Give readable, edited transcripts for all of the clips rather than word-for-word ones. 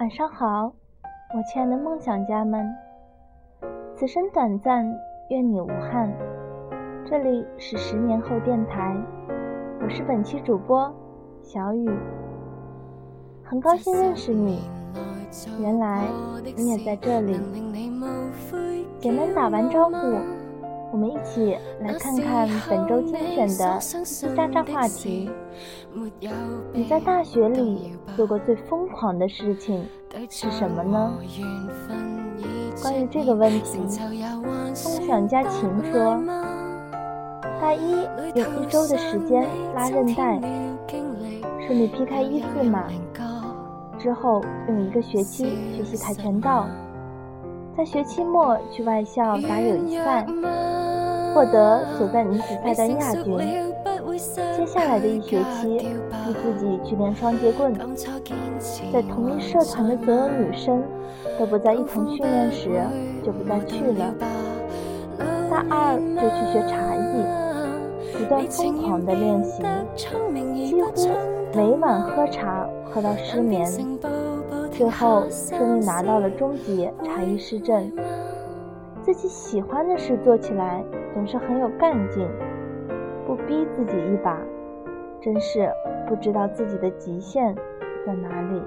晚上好，我亲爱的梦想家们，此生短暂，愿你无憾。这里是10年后电台，我是本期主播小雨，很高兴认识你，原来你也在这里。简单打完招呼，我们一起来看看本周精选的叽喳喳话题。你在大学里做过最疯狂的事情是什么呢？关于这个问题，梦想家秦说，大一用1周的时间拉韧带，顺利劈开1字马，之后用1个学期学习跆拳道，在学期末去外校打友谊赛，获得所在女子赛段亚军。接下来的1学期逼自己去练双截棍，在同一社团的所有女生都不在一同训练时就不再去了。大2就去学茶艺，不断疯狂的练习，几乎每晚喝茶喝到失眠，最后顺利拿到了中级茶艺师证。自己喜欢的事做起来总是很有干劲，不逼自己一把，真是不知道自己的极限在哪里。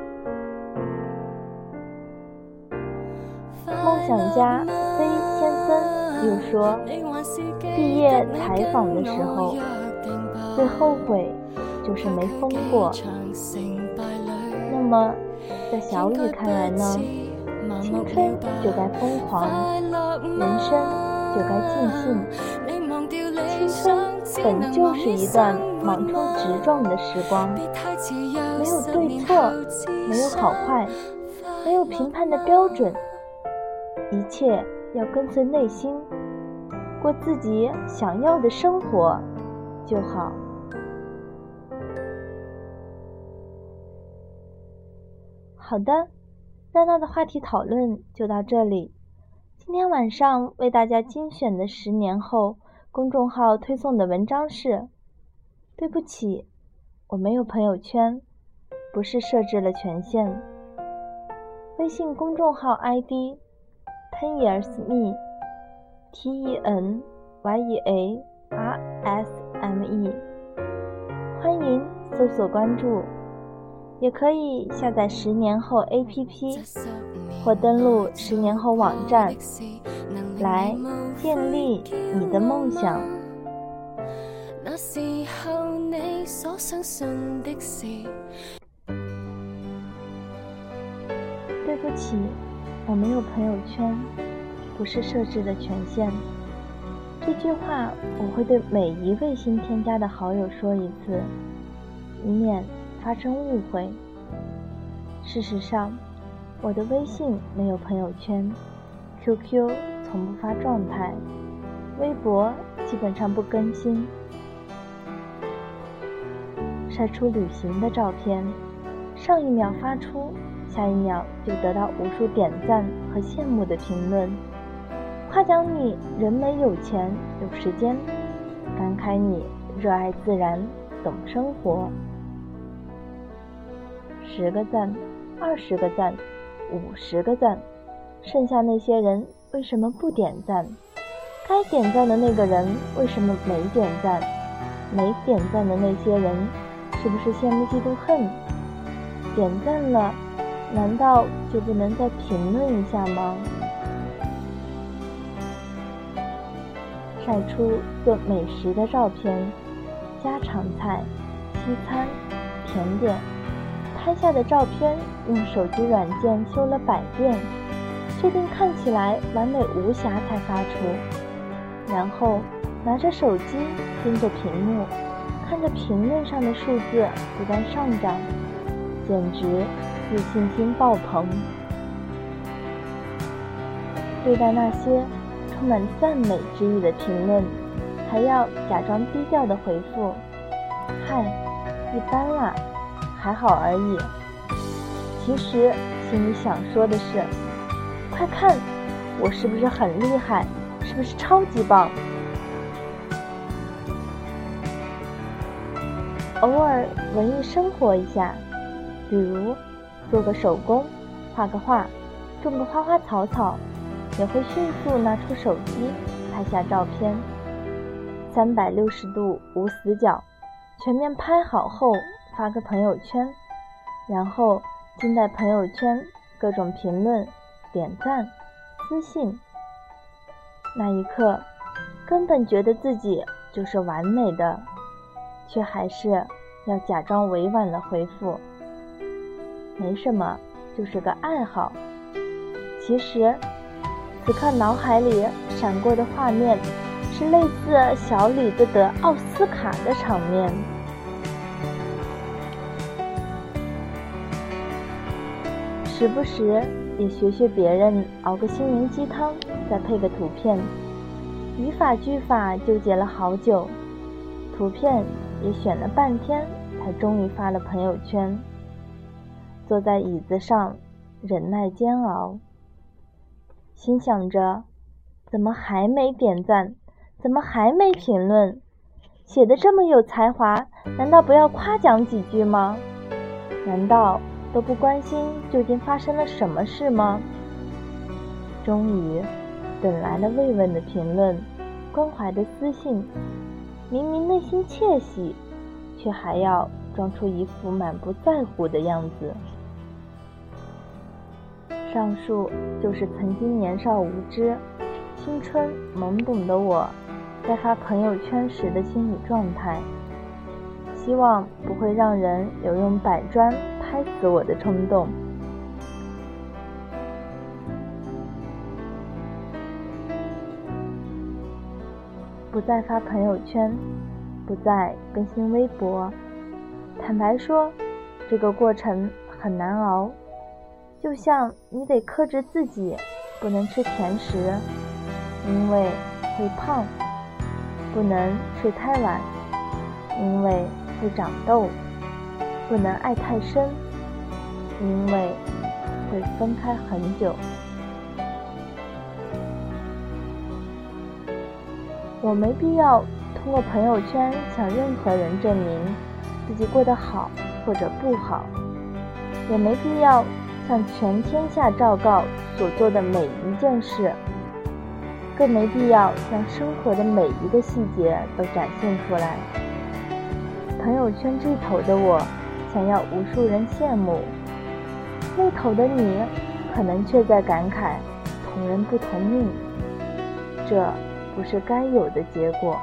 梦想家 C 先生又说，毕业采访的时候最后悔就是没疯过。那么在小雨看来呢，青春就该疯狂，人生就该尽兴。青春本就是一段莽冲直撞的时光，没有对错，没有好坏，没有评判的标准，一切要跟随内心，过自己想要的生活就好。好的，热闹的话题讨论就到这里。今天晚上为大家精选的10年后公众号推送的文章是，对不起，我没有朋友圈，不是设置了权限。微信公众号 ID tenyearsme TENYEARSME， 欢迎搜索关注，也可以下载10年后 APP 或登录10年后网站，来建立你的梦想。那时候你所相信的事，对不起，我没有朋友圈，不是设置的权限。这句话我会对每一位新添加的好友说一次，以免发生误会。事实上，我的微信没有朋友圈， QQ 从不发状态，微博基本上不更新。晒出旅行的照片，上一秒发出，下一秒就得到无数点赞和羡慕的评论，夸奖你人美有钱有时间，感慨你热爱自然懂生活。10个赞，20个赞，50个赞，剩下那些人为什么不点赞？该点赞的那个人为什么没点赞？没点赞的那些人是不是羡慕嫉妒恨？点赞了，难道就不能再评论一下吗？晒出做美食的照片，家常菜、西餐、甜点，拍下的照片用手机软件修了100遍，确定看起来完美无瑕才发出，然后拿着手机盯着屏幕，看着评论上的数字不断上涨，简直自信心爆棚。对待那些充满赞美之意的评论，还要假装低调的回复，嗨，一般啦，还好而已。其实心里想说的是，快看，我是不是很厉害？是不是超级棒？偶尔文艺生活一下，比如做个手工，画个画，种个花花草草，也会迅速拿出手机拍下照片，360度无死角，全面拍好后发个朋友圈，然后静待朋友圈各种评论、点赞、私信。那一刻根本觉得自己就是完美的，却还是要假装委婉地回复没什么，就是个爱好。其实此刻脑海里闪过的画面是类似小李子得奥斯卡的场面。时不时也学别人熬个心灵鸡汤，再配个图片，语法句法纠结了好久，图片也选了半天，才终于发了朋友圈。坐在椅子上忍耐煎熬，心想着怎么还没点赞，怎么还没评论，写得这么有才华，难道不要夸奖几句吗？难道都不关心究竟发生了什么事吗？终于等来了慰问的评论，关怀的私信，明明内心窃喜，却还要装出一副满不在乎的样子。上述就是曾经年少无知、青春懵懂的我在发朋友圈时的心理状态，希望不会让人有用板砖拍死我的冲动。不再发朋友圈，不再更新微博，坦白说，这个过程很难熬，就像你得克制自己不能吃甜食，因为会胖，不能睡太晚，因为会长痘，不能爱太深，因为会分开很久。我没必要通过朋友圈向任何人证明自己过得好或者不好，也没必要向全天下昭告所做的每一件事，更没必要将生活的每一个细节都展现出来。朋友圈这头的我想要无数人羡慕，那头的你可能却在感慨同人不同命，这不是该有的结果。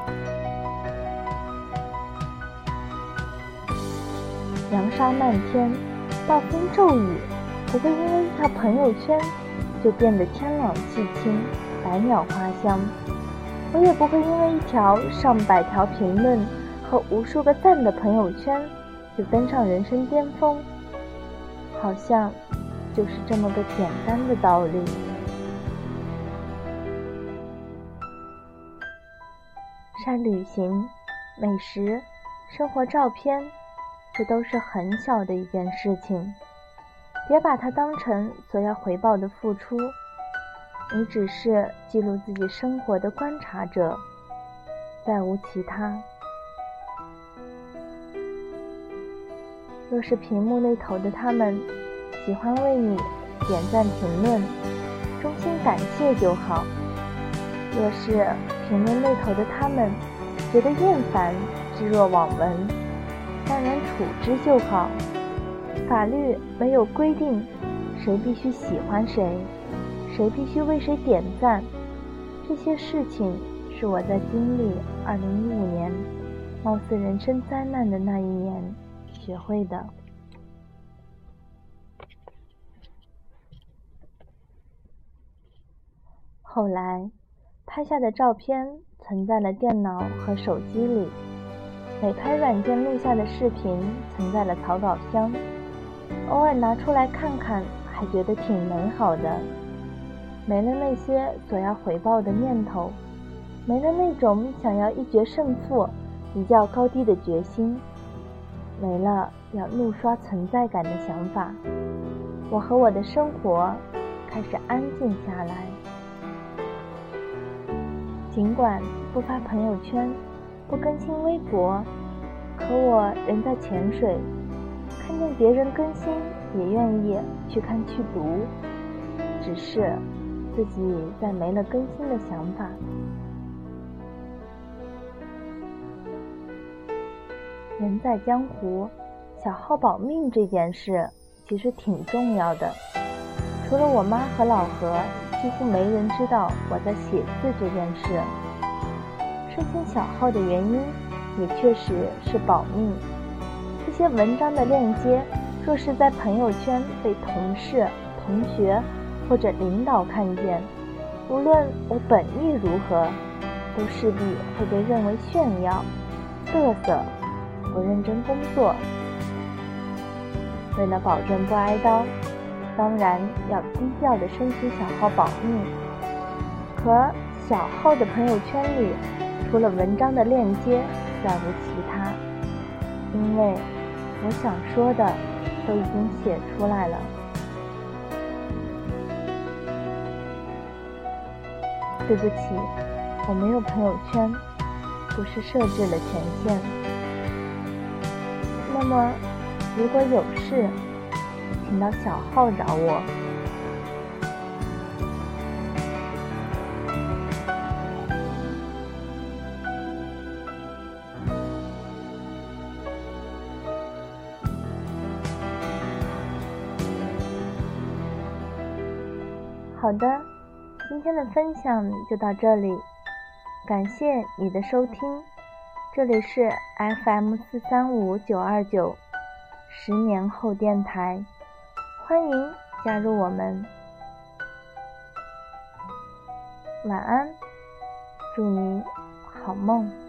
扬沙漫天，暴风骤雨，不会因为一条朋友圈就变得天朗气清，百鸟花香。我也不会因为一条上百条评论和无数个赞的朋友圈就登上人生巅峰。好像就是这么个简单的道理。晒旅行、美食、生活照片，这都是很小的一件事情，别把它当成所要回报的付出，你只是记录自己生活的观察者，再无其他。若是屏幕那头的他们喜欢为你点赞评论，衷心感谢就好；若是评论那头的他们觉得厌烦，置若罔闻，淡然处之就好。法律没有规定谁必须喜欢谁，谁必须为谁点赞，这些事情是我在经历2015年貌似人生灾难的那一年学会的。后来拍下的照片存在了电脑和手机里，美拍软件录下的视频存在了草稿箱，偶尔拿出来看看，还觉得挺美好的。没了那些所要回报的念头，没了那种想要一决胜负、一较高低的决心，没了要怒刷存在感的想法，我和我的生活开始安静下来。尽管不发朋友圈，不更新微博，可我仍在潜水， 看见别人更新也愿意去看去读，只是自己再没了更新的想法。人在江湖，小号保命这件事其实挺重要的。除了我妈和老何，几乎没人知道我在写字这件事。申请小号的原因也确实是保命。这些文章的链接若是在朋友圈被同事、同学或者领导看见，无论我本意如何，都势必会被认为炫耀、嘚瑟、不认真工作。为了保证不挨刀，当然要低调地申请小号保命。可小号的朋友圈里，除了文章的链接，再无其他，因为我想说的都已经写出来了。对不起，我没有朋友圈，不是设置了权限。那么如果有事，请到小号找我。好的，今天的分享就到这里，感谢你的收听。这里是 FM435929 10年后电台，欢迎加入我们。晚安，祝你好梦。